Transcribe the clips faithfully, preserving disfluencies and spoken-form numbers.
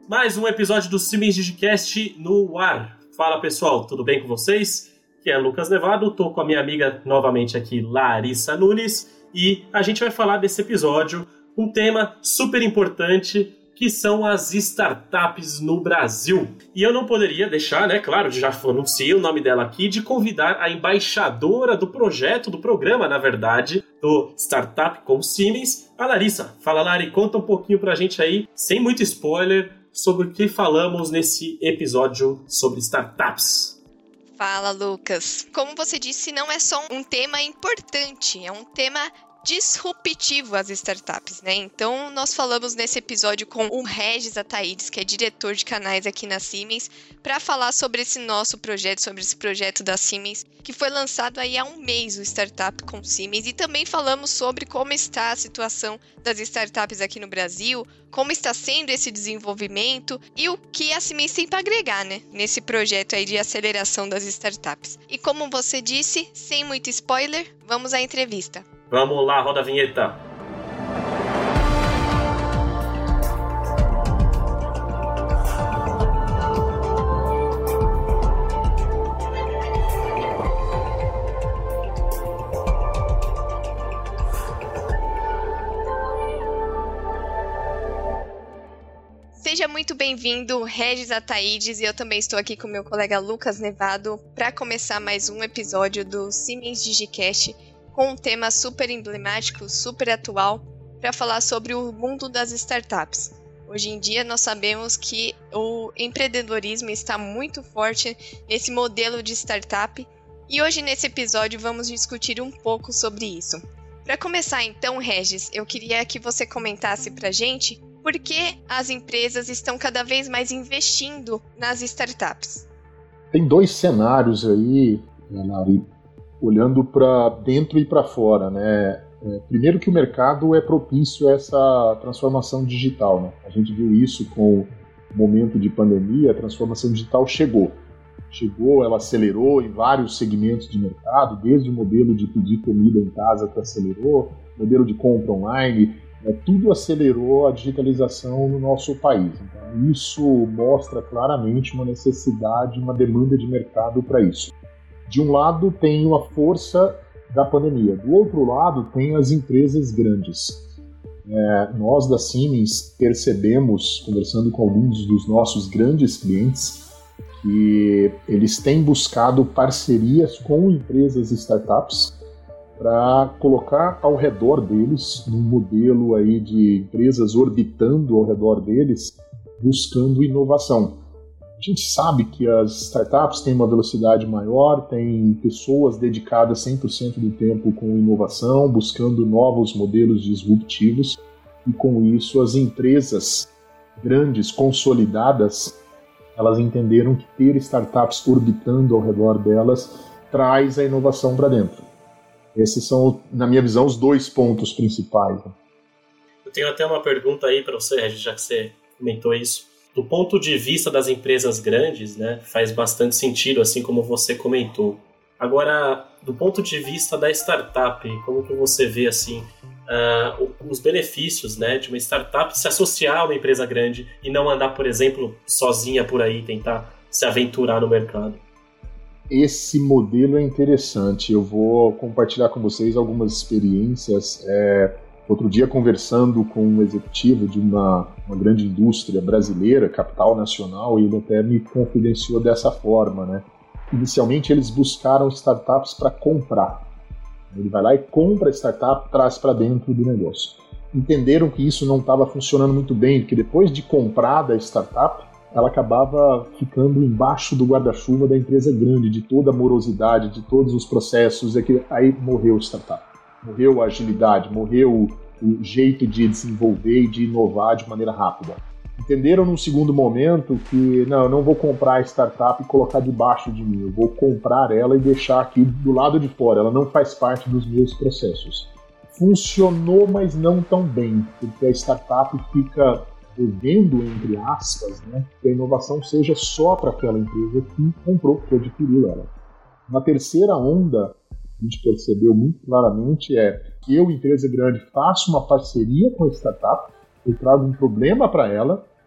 Mais um episódio do Siemens Digicast no ar. Fala pessoal, tudo bem com vocês? Aqui é Lucas Nevado, tô com a minha amiga novamente aqui, Larissa Nunes, e a gente vai falar desse episódio, um tema super importante, que são as startups no Brasil. E eu não poderia deixar, né, claro, já anunciei o nome dela aqui, de convidar a embaixadora do projeto, do programa, na verdade, do Startup com Siemens, a Larissa. Fala, Lari, conta um pouquinho pra gente aí, sem muito spoiler, sobre o que falamos nesse episódio sobre startups. Fala, Lucas. Como você disse, não é só um tema importante, é um tema disruptivo às startups, né? Então, nós falamos nesse episódio com o Regis Ataídes, que é diretor de canais aqui na Siemens, para falar sobre esse nosso projeto, sobre esse projeto da Siemens, que foi lançado aí há um mês, o Startup com Siemens, e também falamos sobre como está a situação das startups aqui no Brasil, como está sendo esse desenvolvimento e o que a Siemens tem para agregar, né, nesse projeto aí de aceleração das startups. E como você disse, sem muito spoiler, vamos à entrevista. Vamos lá, roda a vinheta. Seja muito bem-vindo, Regis Ataídes, e eu também estou aqui com meu colega Lucas Nevado para começar mais um episódio do Siemens Digicast, com um tema super emblemático, super atual, para falar sobre o mundo das startups. Hoje em dia nós sabemos que o empreendedorismo está muito forte nesse modelo de startup, e hoje nesse episódio vamos discutir um pouco sobre isso. Para começar então, Regis, eu queria que você comentasse para a gente por que as empresas estão cada vez mais investindo nas startups. Tem dois cenários aí, Lari, olhando para dentro e para fora, né? É, primeiro que o mercado é propício a essa transformação digital, né? A gente viu isso com o momento de pandemia, a transformação digital chegou. Chegou, ela acelerou em vários segmentos de mercado, desde o modelo de pedir comida em casa que acelerou, modelo de compra online, é, tudo acelerou a digitalização no nosso país. Então, isso mostra claramente uma necessidade, uma demanda de mercado para isso. De um lado tem a força da pandemia, do outro lado tem as empresas grandes. É, nós da Siemens percebemos, conversando com alguns dos nossos grandes clientes, que eles têm buscado parcerias com empresas startups para colocar ao redor deles, num modelo aí de empresas orbitando ao redor deles, buscando inovação. A gente sabe que as startups têm uma velocidade maior, tem pessoas dedicadas cem por cento do tempo com inovação, buscando novos modelos disruptivos, e com isso as empresas grandes, consolidadas, elas entenderam que ter startups orbitando ao redor delas traz a inovação para dentro. Esses são, na minha visão, os dois pontos principais. Eu tenho até uma pergunta aí para você, Regis, já que você comentou isso. Do ponto de vista das empresas grandes, né, faz bastante sentido, assim como você comentou. Agora, do ponto de vista da startup, como que você vê assim, uh, os benefícios, né, de uma startup se associar a uma empresa grande e não andar, por exemplo, sozinha por aí, tentar se aventurar no mercado? Esse modelo é interessante. Eu vou compartilhar com vocês algumas experiências. É... Outro dia, conversando com um executivo de uma, uma grande indústria brasileira, capital nacional, ele até me confidenciou dessa forma, né? Inicialmente, eles buscaram startups para comprar. Ele vai lá e compra a startup, traz para dentro do negócio. Entenderam que isso não estava funcionando muito bem, porque depois de comprada a startup, ela acabava ficando embaixo do guarda-chuva da empresa grande, de toda a morosidade, de todos os processos, aí morreu a startup. Morreu a agilidade, morreu o jeito de desenvolver e de inovar de maneira rápida. Entenderam num segundo momento que não, eu não vou comprar a startup e colocar debaixo de mim, eu vou comprar ela e deixar aqui do lado de fora, ela não faz parte dos meus processos. Funcionou, mas não tão bem, porque a startup fica devendo, entre aspas, né, que a inovação seja só para aquela empresa que comprou, que adquiriu ela. Uma terceira onda a gente percebeu muito claramente é que eu, empresa grande, faço uma parceria com a startup, eu trago um problema para ela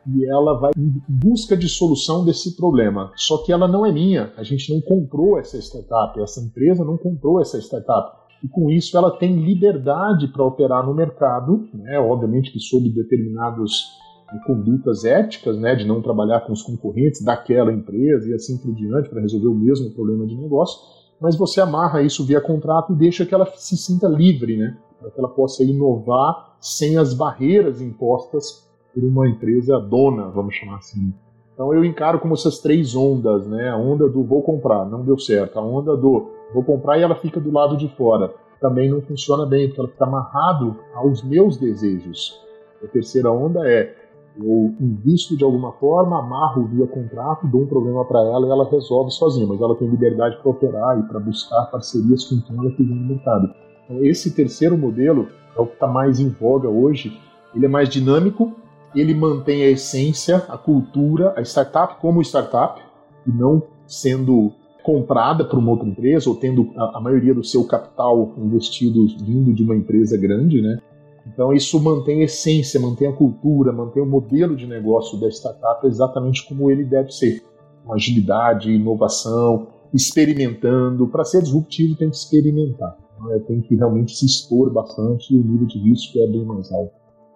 e ela vai em busca de solução desse problema. Só que ela não é minha, a gente não comprou essa startup, essa empresa não comprou essa startup. E com isso ela tem liberdade para operar no mercado, né? Obviamente que sob determinadas condutas éticas, né? De não trabalhar com os concorrentes daquela empresa e assim por diante para resolver o mesmo problema de negócio, mas você amarra isso via contrato e deixa que ela se sinta livre, né? Para que ela possa inovar sem as barreiras impostas por uma empresa dona, vamos chamar assim. Então eu encaro como essas três ondas, né? A onda do vou comprar, não deu certo. A onda do vou comprar e ela fica do lado de fora. Também não funciona bem, porque ela fica amarrado aos meus desejos. A terceira onda é eu invisto de alguma forma, amarro via contrato, dou um problema para ela e ela resolve sozinha, mas ela tem liberdade para operar e para buscar parcerias com quem ela quiser no mercado. Então esse terceiro modelo é o que está mais em voga hoje. Ele é mais dinâmico, ele mantém a essência, a cultura, a startup como startup, e não sendo comprada por uma outra empresa ou tendo a, a maioria do seu capital investido vindo de uma empresa grande, né? Então isso mantém a essência, mantém a cultura, mantém o modelo de negócio da startup exatamente como ele deve ser. Com agilidade, inovação, experimentando. Para ser disruptivo tem que experimentar, né? Tem que realmente se expor bastante e o nível de risco é bem mais alto.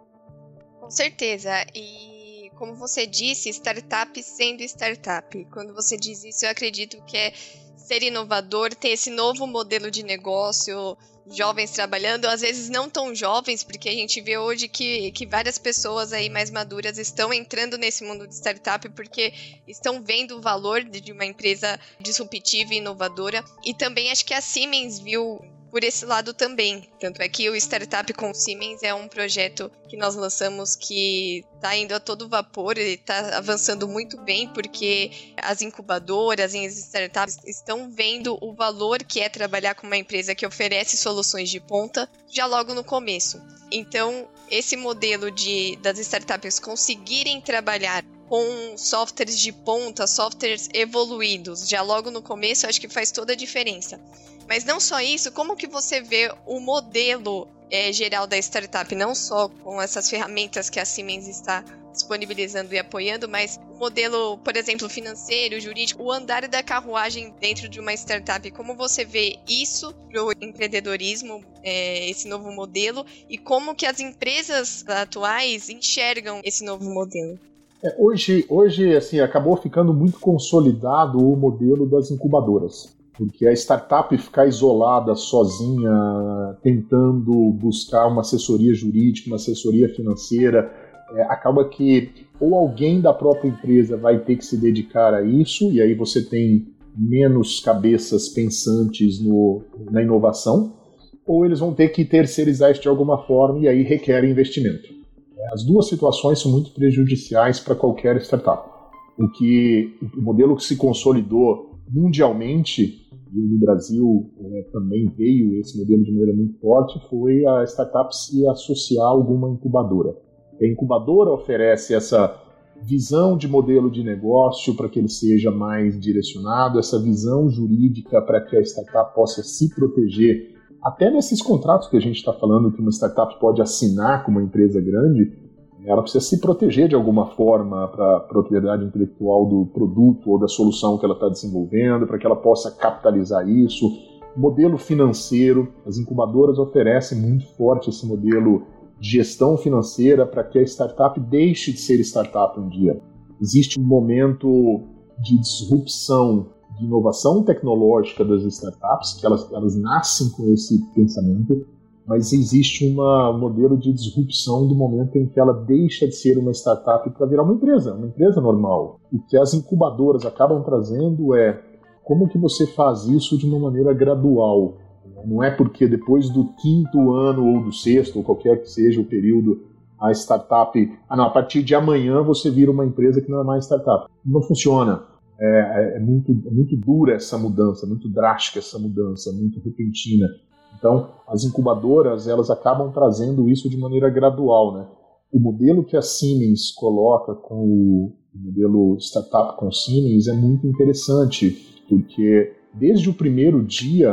Com certeza. E como você disse, startup sendo startup. Quando você diz isso, eu acredito que é ser inovador, ter esse novo modelo de negócio, jovens trabalhando, às vezes não tão jovens, porque a gente vê hoje que, que várias pessoas aí mais maduras estão entrando nesse mundo de startup porque estão vendo o valor de uma empresa disruptiva e inovadora. E também acho que a Siemens viu por esse lado também. Tanto é que o Startup com Siemens é um projeto que nós lançamos que está indo a todo vapor, ele está avançando muito bem, porque as incubadoras e as startups estão vendo o valor que é trabalhar com uma empresa que oferece soluções de ponta já logo no começo. Então, esse modelo de, das startups conseguirem trabalhar com softwares de ponta, softwares evoluídos, já logo no começo, acho que faz toda a diferença. Mas não só isso, como que você vê o modelo é, geral da startup, não só com essas ferramentas que a Siemens está disponibilizando e apoiando, mas o modelo, por exemplo, financeiro, jurídico, o andar da carruagem dentro de uma startup, como você vê isso no empreendedorismo, é, esse novo modelo, e como que as empresas atuais enxergam esse novo modelo? É, hoje, hoje assim, acabou ficando muito consolidado o modelo das incubadoras, porque a startup ficar isolada, sozinha, tentando buscar uma assessoria jurídica, uma assessoria financeira, é, acaba que ou alguém da própria empresa vai ter que se dedicar a isso, e aí você tem menos cabeças pensantes no, na inovação, ou eles vão ter que terceirizar isso de alguma forma e aí requer investimento. As duas situações são muito prejudiciais para qualquer startup. O, que, o modelo que se consolidou mundialmente, e no Brasil é, também veio esse modelo de maneira muito forte, foi a startup se associar a alguma incubadora. A incubadora oferece essa visão de modelo de negócio para que ele seja mais direcionado, essa visão jurídica para que a startup possa se proteger. Até nesses contratos que a gente está falando que uma startup pode assinar com uma empresa grande, ela precisa se proteger de alguma forma para a propriedade intelectual do produto ou da solução que ela está desenvolvendo, para que ela possa capitalizar isso. Modelo financeiro, as incubadoras oferecem muito forte esse modelo de gestão financeira para que a startup deixe de ser startup um dia. Existe um momento de disrupção, de inovação tecnológica das startups, que elas, elas nascem com esse pensamento, mas existe uma, um modelo de disrupção do momento em que ela deixa de ser uma startup para virar uma empresa, uma empresa normal. O que as incubadoras acabam trazendo é como que você faz isso de uma maneira gradual. Não é porque depois do quinto ano ou do sexto, ou qualquer que seja o período, a startup... Ah, não, a partir de amanhã você vira uma empresa que não é mais startup. Não funciona. É, é, muito, é muito dura essa mudança, muito drástica essa mudança, muito repentina. Então, as incubadoras, elas acabam trazendo isso de maneira gradual, né? O modelo que a Siemens coloca com o modelo Startup com Siemens é muito interessante, porque desde o primeiro dia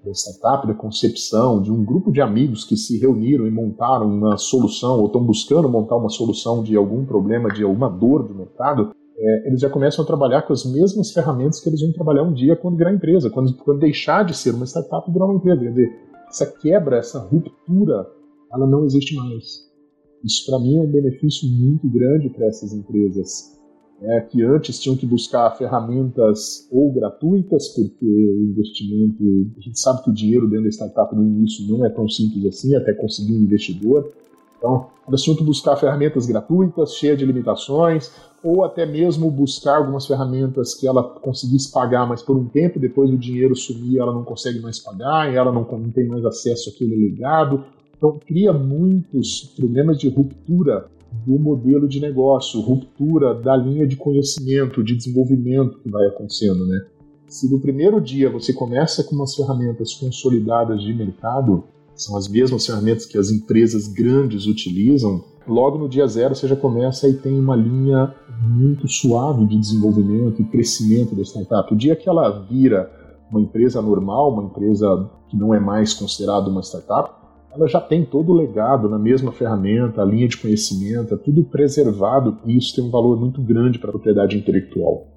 da startup, da concepção, de um grupo de amigos que se reuniram e montaram uma solução, ou estão buscando montar uma solução de algum problema, de alguma dor do mercado, é, eles já começam a trabalhar com as mesmas ferramentas que eles vão trabalhar um dia quando virar empresa, quando, quando deixar de ser uma startup e virar uma empresa. Quer dizer, essa quebra, essa ruptura, ela não existe mais. Isso, para mim, é um benefício muito grande para essas empresas, é, que antes tinham que buscar ferramentas ou gratuitas, porque o investimento, a gente sabe que o dinheiro dentro da startup no início não é tão simples assim, até conseguir um investidor. Então, elas tinham que buscar ferramentas gratuitas, cheias de limitações, ou até mesmo buscar algumas ferramentas que ela conseguisse pagar, mas por um tempo, depois o dinheiro sumir, ela não consegue mais pagar, e ela não, não tem mais acesso àquele legado. Então, cria muitos problemas de ruptura do modelo de negócio, ruptura da linha de conhecimento, de desenvolvimento que vai acontecendo, né? Se no primeiro dia você começa com umas ferramentas consolidadas de mercado, são as mesmas ferramentas que as empresas grandes utilizam, logo no dia zero você já começa e tem uma linha muito suave de desenvolvimento e crescimento da startup. O dia que ela vira uma empresa normal, uma empresa que não é mais considerada uma startup, ela já tem todo o legado na mesma ferramenta, a linha de conhecimento, é tudo preservado, e isso tem um valor muito grande para a propriedade intelectual.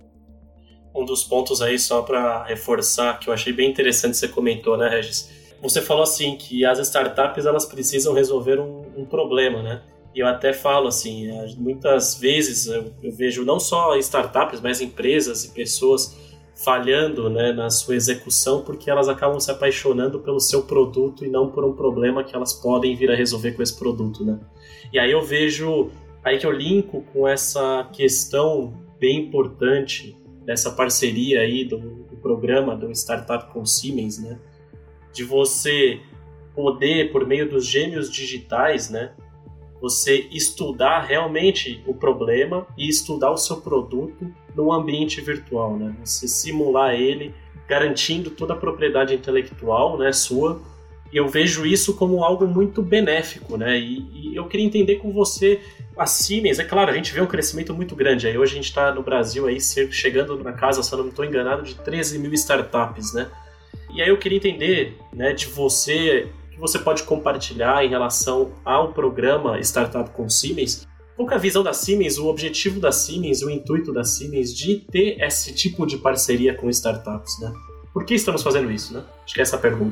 Um dos pontos aí, só para reforçar, que eu achei bem interessante, você comentou, né, Regis? Você falou assim, que as startups elas precisam resolver um, um problema, né? E eu até falo assim, muitas vezes eu, eu vejo não só startups, mas empresas e pessoas falhando, né, na sua execução, porque elas acabam se apaixonando pelo seu produto e não por um problema que elas podem vir a resolver com esse produto, né? E aí eu vejo, aí que eu linko com essa questão bem importante dessa parceria aí do, do programa do Startup com Siemens, né? De você poder, por meio dos gêmeos digitais, né, você estudar realmente o problema e estudar o seu produto num ambiente virtual, né? Você simular ele, garantindo toda a propriedade intelectual, né, sua. E eu vejo isso como algo muito benéfico, né? E, e eu queria entender com você, a Siemens, é claro, a gente vê um crescimento muito grande. Aí hoje a gente está no Brasil aí chegando na casa, se eu não estou enganado, de treze mil startups, né? E aí eu queria entender, né, de você, que você pode compartilhar em relação ao programa Startup com Siemens, qual que é a visão da Siemens, o objetivo da Siemens, o intuito da Siemens de ter esse tipo de parceria com startups, né? Por que estamos fazendo isso, né? Acho que é essa a pergunta.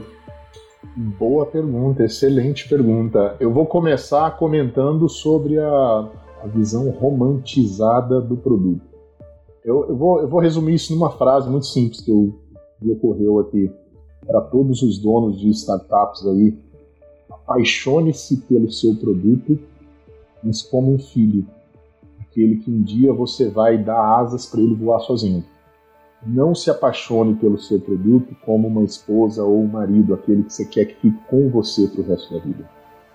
Boa pergunta, excelente pergunta. Eu vou começar comentando sobre a, a visão romantizada do produto. Eu, eu, vou, eu vou resumir isso numa frase muito simples que eu, me ocorreu aqui. Para todos os donos de startups aí, apaixone-se pelo seu produto, mas como um filho, aquele que um dia você vai dar asas para ele voar sozinho. Não se apaixone pelo seu produto como uma esposa ou um marido, aquele que você quer que fique com você para o resto da vida.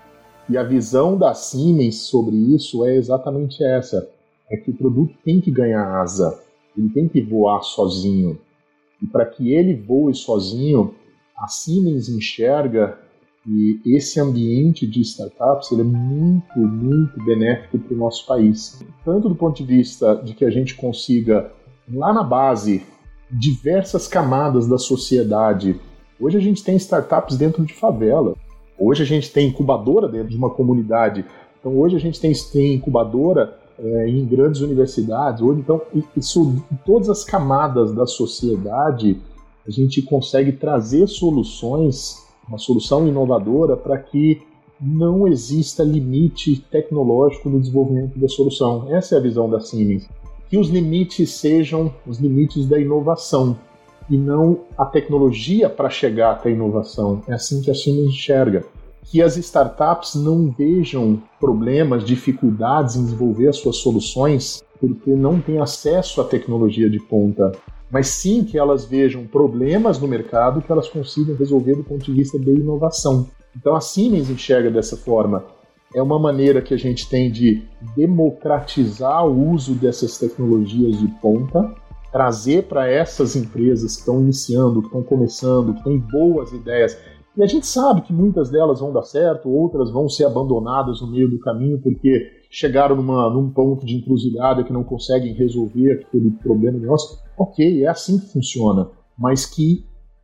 E a visão da Siemens sobre isso é exatamente essa, é que o produto tem que ganhar asa, ele tem que voar sozinho. E para que ele voe sozinho, a Siemens enxerga que esse ambiente de startups ele é muito, muito benéfico para o nosso país. Tanto do ponto de vista de que a gente consiga, lá na base, diversas camadas da sociedade. Hoje a gente tem startups dentro de favela. Hoje a gente tem incubadora dentro de uma comunidade. Então hoje a gente tem, tem incubadora é, em grandes universidades. Hoje, então, isso, em todas as camadas da sociedade, a gente consegue trazer soluções, uma solução inovadora para que não exista limite tecnológico no desenvolvimento da solução. Essa é a visão da Siemens. Que os limites sejam os limites da inovação e não a tecnologia para chegar até a inovação. É assim que a Siemens enxerga. Que as startups não vejam problemas, dificuldades em desenvolver as suas soluções porque não têm acesso à tecnologia de ponta, mas sim que elas vejam problemas no mercado que elas consigam resolver do ponto de vista da inovação. Então a Siemens enxerga dessa forma. É uma maneira que a gente tem de democratizar o uso dessas tecnologias de ponta, trazer para essas empresas que estão iniciando, que estão começando, que têm boas ideias. E a gente sabe que muitas delas vão dar certo, outras vão ser abandonadas no meio do caminho porque chegaram numa, num ponto de encruzilhada que não conseguem resolver aquele problema nosso. Ok, é assim que funciona, mas que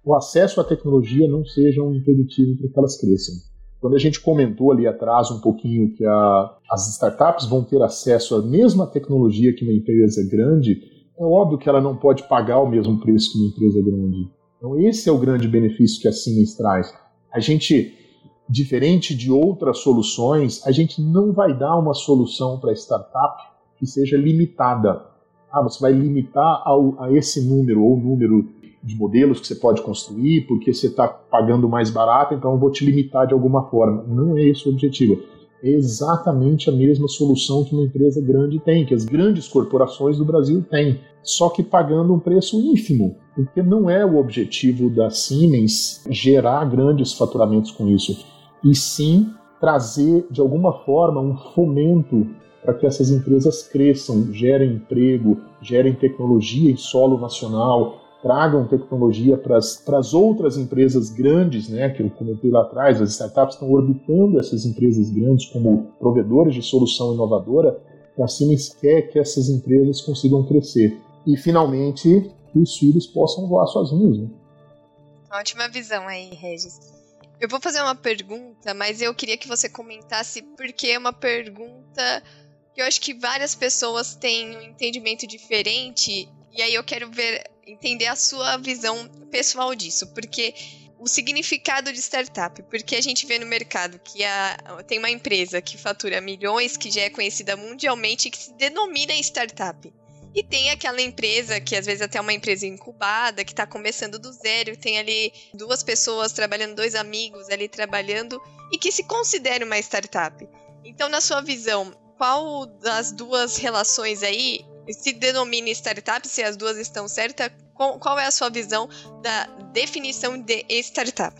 o acesso à tecnologia não seja um impeditivo para que elas cresçam. Quando a gente comentou ali atrás um pouquinho que a, as startups vão ter acesso à mesma tecnologia que uma empresa grande, é óbvio que ela não pode pagar o mesmo preço que uma empresa grande. Então esse é o grande benefício que a Siemens traz. A gente, diferente de outras soluções, a gente não vai dar uma solução para a startup que seja limitada. Ah, você vai limitar ao, a esse número, ou número de modelos que você pode construir, porque você está pagando mais barato, então eu vou te limitar de alguma forma. Não é esse o objetivo. É exatamente a mesma solução que uma empresa grande tem, que as grandes corporações do Brasil têm, só que pagando um preço ínfimo, porque não é o objetivo da Siemens gerar grandes faturamentos com isso, e sim trazer, de alguma forma, um fomento para que essas empresas cresçam, gerem emprego, gerem tecnologia em solo nacional, tragam tecnologia para as outras empresas grandes, né, que eu comentei lá atrás, as startups estão orbitando essas empresas grandes como provedores de solução inovadora, a Siemens quer que essas empresas consigam crescer. E, finalmente, que os filhos possam voar sozinhos. Né? Ótima visão aí, Regis. Eu vou fazer uma pergunta, mas eu queria que você comentasse, porque é uma pergunta que eu acho que várias pessoas têm um entendimento diferente, e aí eu quero ver, entender a sua visão pessoal disso, porque o significado de startup, porque a gente vê no mercado que a, tem uma empresa que fatura milhões, que já é conhecida mundialmente, que se denomina startup. E tem aquela empresa, que às vezes até é uma empresa incubada, que está começando do zero, tem ali duas pessoas trabalhando, dois amigos ali trabalhando, e que se considera uma startup. Então, na sua visão, qual das duas relações aí se denomina startup, se as duas estão certas? Qual é a sua visão da definição de startup?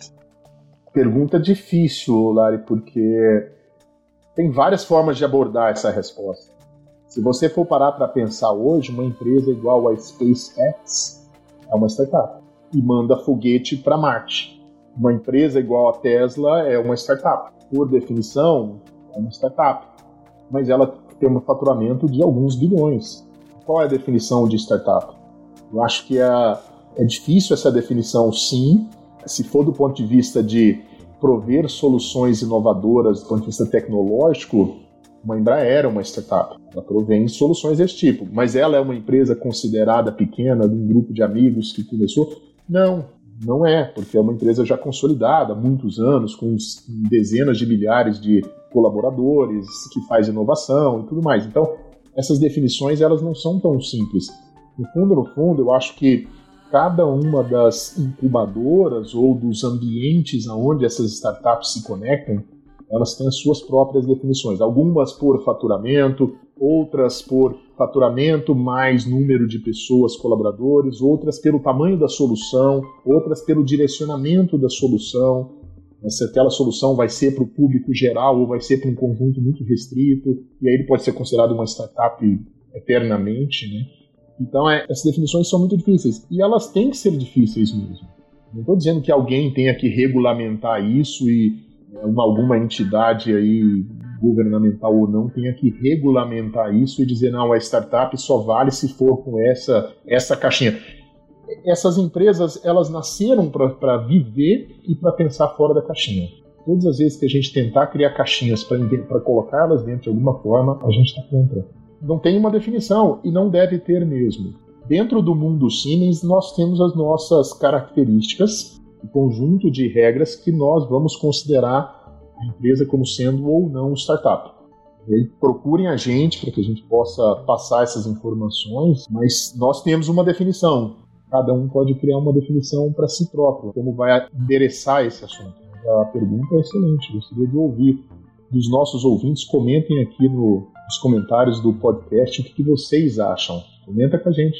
Pergunta difícil, Lari, porque tem várias formas de abordar essa resposta. Se você for parar para pensar hoje, uma empresa igual a SpaceX é uma startup e manda foguete para Marte. Uma empresa igual a Tesla é uma startup. Por definição, é uma startup. Mas ela tem um faturamento de alguns bilhões. Qual é a definição de startup? Eu acho que é, é difícil essa definição, sim. Se for do ponto de vista de prover soluções inovadoras, do ponto de vista tecnológico, uma Embraer é uma startup. Ela provém soluções desse tipo. Mas ela é uma empresa considerada pequena, de um grupo de amigos que começou? Não, não é, porque é uma empresa já consolidada há muitos anos, com dezenas de milhares de colaboradores, que faz inovação e tudo mais. Então, essas definições elas não são tão simples. No fundo, no fundo, eu acho que cada uma das incubadoras ou dos ambientes onde essas startups se conectam, elas têm as suas próprias definições. Algumas por faturamento, outras por faturamento mais número de pessoas, colaboradores, outras pelo tamanho da solução, outras pelo direcionamento da solução. Se aquela solução vai ser para o público geral ou vai ser para um conjunto muito restrito, e aí ele pode ser considerado uma startup eternamente, né? Então, é, essas definições são muito difíceis. E elas têm que ser difíceis mesmo. Não estou dizendo que alguém tenha que regulamentar isso e uma, alguma entidade aí, governamental ou não, tenha que regulamentar isso e dizer, não, a startup só vale se for com essa, essa caixinha. Essas empresas, elas nasceram para viver e para pensar fora da caixinha. Todas as vezes que a gente tentar criar caixinhas para colocá-las dentro de alguma forma, a gente está contra. Não tem uma definição e não deve ter mesmo. Dentro do mundo Siemens, nós temos as nossas características, o conjunto de regras que nós vamos considerar a empresa como sendo ou não startup. E aí, procurem a gente para que a gente possa passar essas informações, mas nós temos uma definição. Cada um pode criar uma definição para si próprio, como vai endereçar esse assunto. A pergunta é excelente, gostaria de ouvir dos nossos ouvintes. Comentem aqui no, nos comentários do podcast o que, que vocês acham. Comenta com a gente.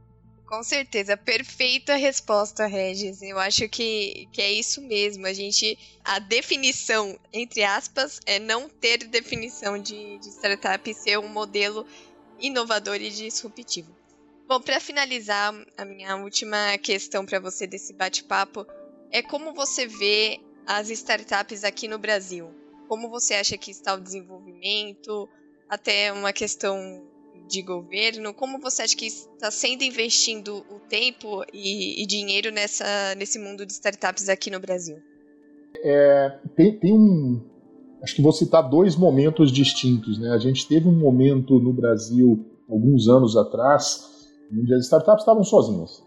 Com certeza, perfeita resposta, Regis. Eu acho que, que é isso mesmo. A gente, a definição, entre aspas, é não ter definição de, de startup, ser um modelo inovador e disruptivo. Bom, para finalizar, a minha última questão para você desse bate-papo é como você vê as startups aqui no Brasil. Como você acha que está o desenvolvimento, até uma questão de governo, como você acha que está sendo investindo o tempo e, e dinheiro nessa, nesse mundo de startups aqui no Brasil? É, tem, tem um... Acho que vou citar dois momentos distintos, né? A gente teve um momento no Brasil, alguns anos atrás, onde as startups estavam sozinhas.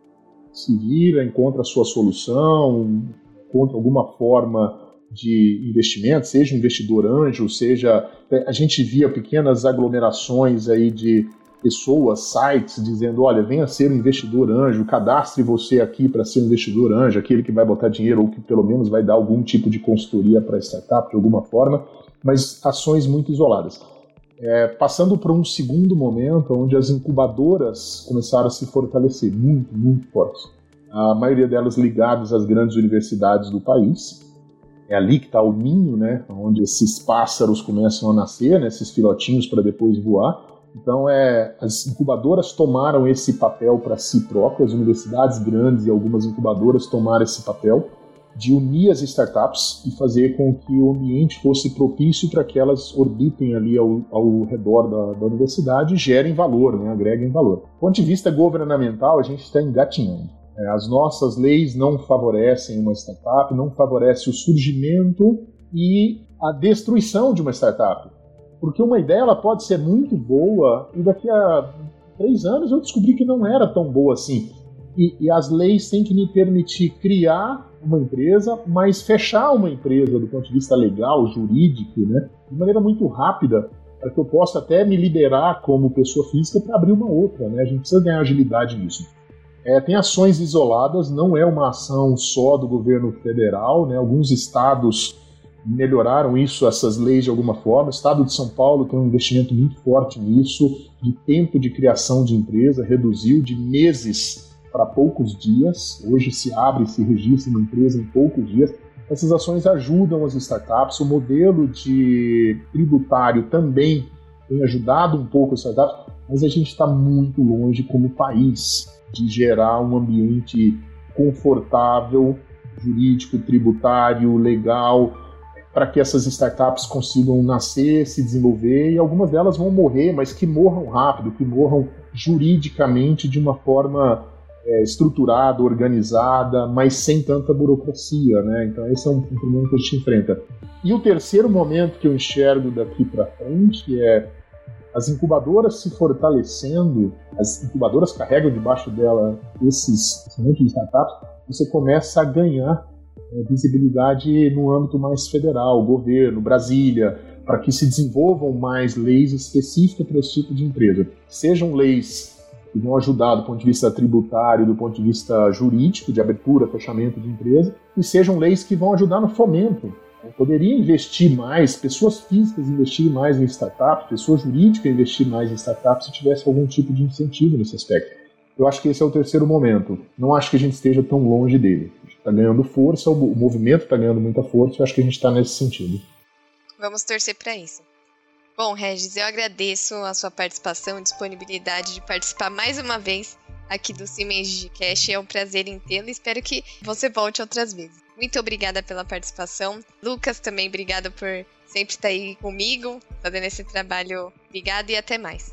Se vira, encontra a sua solução, encontra alguma forma de investimento, seja um investidor anjo, seja... A gente via pequenas aglomerações aí de pessoas, sites, dizendo, olha, venha ser um investidor anjo, cadastre você aqui para ser um investidor anjo, aquele que vai botar dinheiro ou que pelo menos vai dar algum tipo de consultoria para a startup de alguma forma, mas ações muito isoladas. É, passando para um segundo momento, onde as incubadoras começaram a se fortalecer, muito, muito fortes. A maioria delas ligadas às grandes universidades do país. É ali que está o ninho, né, onde esses pássaros começam a nascer, né, esses filhotinhos para depois voar. Então, é, as incubadoras tomaram esse papel para si próprias, as universidades grandes e algumas incubadoras tomaram esse papel de unir as startups e fazer com que o ambiente fosse propício para que elas orbitem ali ao, ao redor da, da universidade e gerem valor, né, agreguem valor. Do ponto de vista governamental, a gente está engatinhando. As nossas leis não favorecem uma startup, não favorecem o surgimento e a destruição de uma startup. Porque uma ideia ela pode ser muito boa e daqui a três anos eu descobri que não era tão boa assim. E, e as leis têm que me permitir criar uma empresa, mas fechar uma empresa do ponto de vista legal, jurídico, né, de maneira muito rápida, para que eu possa até me liberar como pessoa física para abrir uma outra. Né? A gente precisa ganhar agilidade nisso. É, tem ações isoladas, não é uma ação só do governo federal, né? Alguns estados melhoraram isso, essas leis de alguma forma. O estado de São Paulo tem um investimento muito forte nisso, de tempo de criação de empresa, reduziu de meses para poucos dias. Hoje se abre e se registra uma empresa em poucos dias. Essas ações ajudam as startups, o modelo de tributário também tem ajudado um pouco as startups, mas a gente está muito longe como país de gerar um ambiente confortável, jurídico, tributário, legal, para que essas startups consigam nascer, se desenvolver, e algumas delas vão morrer, mas que morram rápido, que morram juridicamente de uma forma é, estruturada, organizada, mas sem tanta burocracia, né? Então esse é um, um problema que a gente enfrenta. E o terceiro momento que eu enxergo daqui para frente é as incubadoras se fortalecendo, as incubadoras carregam debaixo dela esses, esse monte de startups, você começa a ganhar é, visibilidade no âmbito mais federal, governo, Brasília, para que se desenvolvam mais leis específicas para esse tipo de empresa. Sejam leis que vão ajudar do ponto de vista tributário, do ponto de vista jurídico, de abertura, fechamento de empresa, e sejam leis que vão ajudar no fomento. Poderia investir mais, pessoas físicas investirem mais em startups, pessoas jurídicas investirem mais em startups se tivesse algum tipo de incentivo nesse aspecto. Eu acho que esse é o terceiro momento. Não acho que a gente esteja tão longe dele. A gente está ganhando força, o movimento está ganhando muita força, eu acho que a gente está nesse sentido. Vamos torcer para isso. Bom, Regis, eu agradeço a sua participação e disponibilidade de participar mais uma vez aqui do Siemens Digicast. É um prazer em tê-lo e espero que você volte outras vezes. Muito obrigada pela participação. Lucas, também obrigada por sempre estar aí comigo, fazendo esse trabalho. Obrigada e até mais.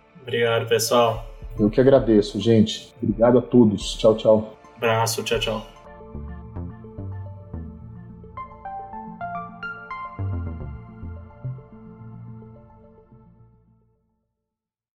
Obrigado, pessoal. Eu que agradeço, gente. Obrigado a todos. Tchau, tchau. Abraço, tchau, tchau.